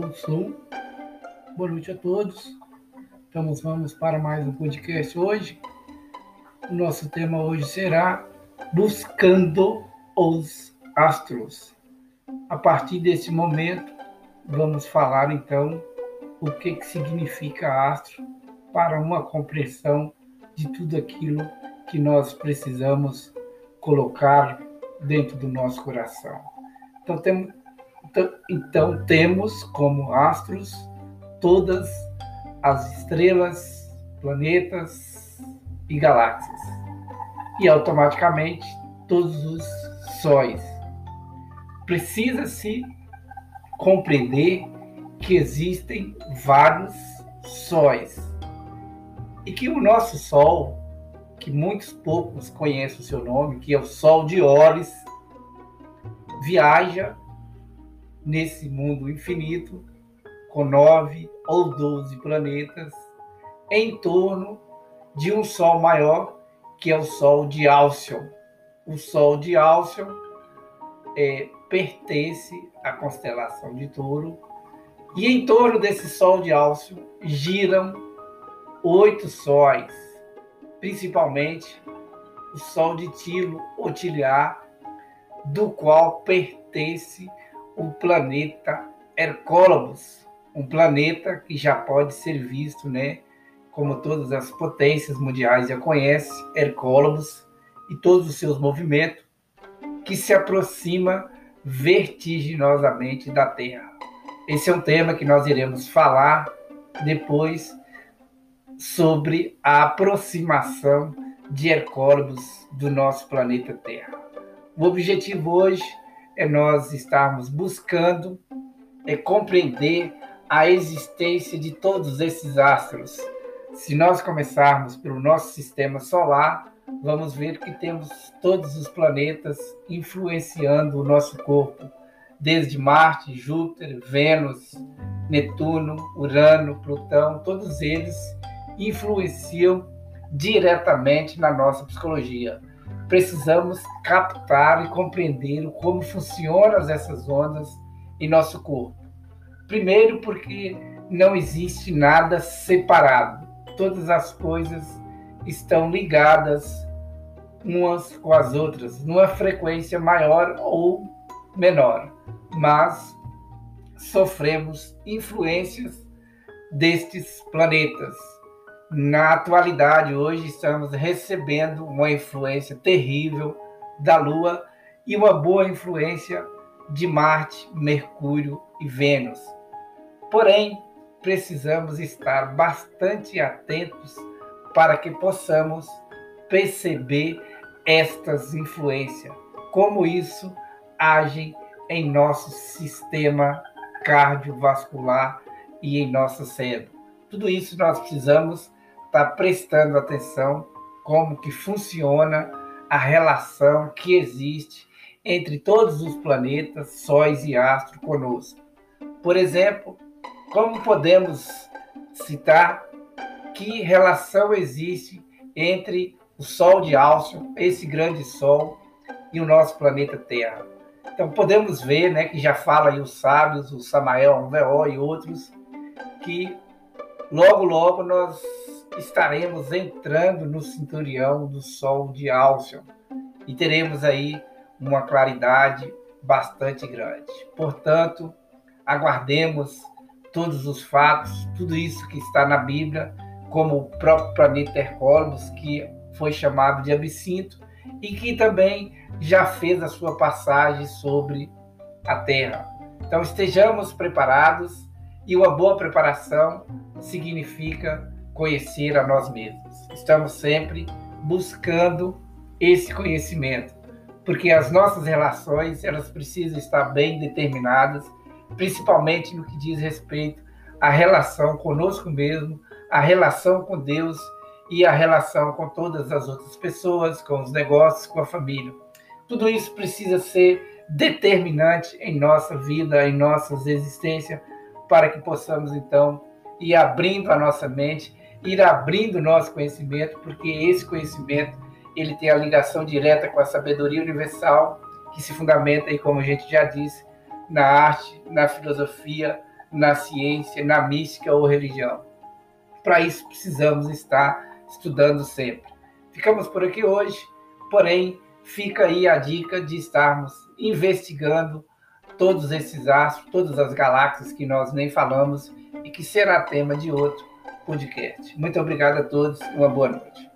do Sul. Boa noite a todos. Vamos para mais um podcast hoje. O nosso tema hoje será Buscando os Astros. A partir desse momento, vamos falar então o que significa astro para uma compreensão de tudo aquilo que nós precisamos colocar dentro do nosso coração. Então temos como astros todas as estrelas, planetas e galáxias, e automaticamente todos os sóis. Precisa-se compreender que existem vários sóis e que o nosso Sol, que poucos conhecem o seu nome, que é o Sol de Órion, viaja nesse mundo infinito com 9 ou 12 planetas em torno de um Sol maior, que é o Sol de Alcyon. O Sol de Alcyon pertence à constelação de Touro, e em torno desse Sol de Alcyon giram 8 sóis, principalmente o Sol de Tilo ou Tiliar, do qual pertence o planeta Hercólabus, um planeta que já pode ser visto, como todas as potências mundiais já conhecem, Hercólabus e todos os seus movimentos, que se aproxima vertiginosamente da Terra. Esse é um tema que nós iremos falar depois sobre a aproximação de Hercólabus do nosso planeta Terra. O objetivo hoje é nós estarmos buscando compreender a existência de todos esses astros. Se nós começarmos pelo nosso sistema solar, vamos ver que temos todos os planetas influenciando o nosso corpo, desde Marte, Júpiter, Vênus, Netuno, Urano, Plutão, todos eles influenciam diretamente na nossa psicologia. Precisamos captar e compreender como funcionam essas ondas em nosso corpo. Primeiro, porque não existe nada separado. Todas as coisas estão ligadas umas com as outras, numa frequência maior ou menor, mas sofremos influências destes planetas. Na atualidade, hoje, estamos recebendo uma influência terrível da Lua e uma boa influência de Marte, Mercúrio e Vênus. Porém, precisamos estar bastante atentos para que possamos perceber estas influências, como isso age em nosso sistema cardiovascular e em nosso cérebro. Tudo isso nós precisamos estar prestando atenção como que funciona a relação que existe entre todos os planetas, sóis e astros conosco. Por exemplo, como podemos citar que relação existe entre o Sol de Alcyon, esse grande Sol, e o nosso planeta Terra? Então podemos ver, que já fala aí os sábios, o Samael Aun-Weor e outros, que logo nós estaremos entrando no cinturão do Sol de Alcyon e teremos aí uma claridade bastante grande. Portanto, aguardemos todos os fatos, tudo isso que está na Bíblia, como o próprio planeta Hercólabus, que foi chamado de Absinto, e que também já fez a sua passagem sobre a Terra. Então estejamos preparados, e uma boa preparação significa conhecer a nós mesmos. Estamos sempre buscando esse conhecimento, porque as nossas relações elas precisam estar bem determinadas, principalmente no que diz respeito à relação conosco mesmo, a relação com Deus e a relação com todas as outras pessoas, com os negócios, com a família. Tudo isso precisa ser determinante em nossa vida, em nossas existências, para que possamos, então, ir abrindo a nossa mente, ir abrindo o nosso conhecimento, porque esse conhecimento ele tem a ligação direta com a sabedoria universal, que se fundamenta, aí, como a gente já disse, na arte, na filosofia, na ciência, na mística ou religião. Para isso, precisamos estar estudando sempre. Ficamos por aqui hoje, porém, fica aí a dica de estarmos investigando todos esses astros, todas as galáxias que nós nem falamos e que será tema de outro podcast. Muito obrigado a todos, uma boa noite.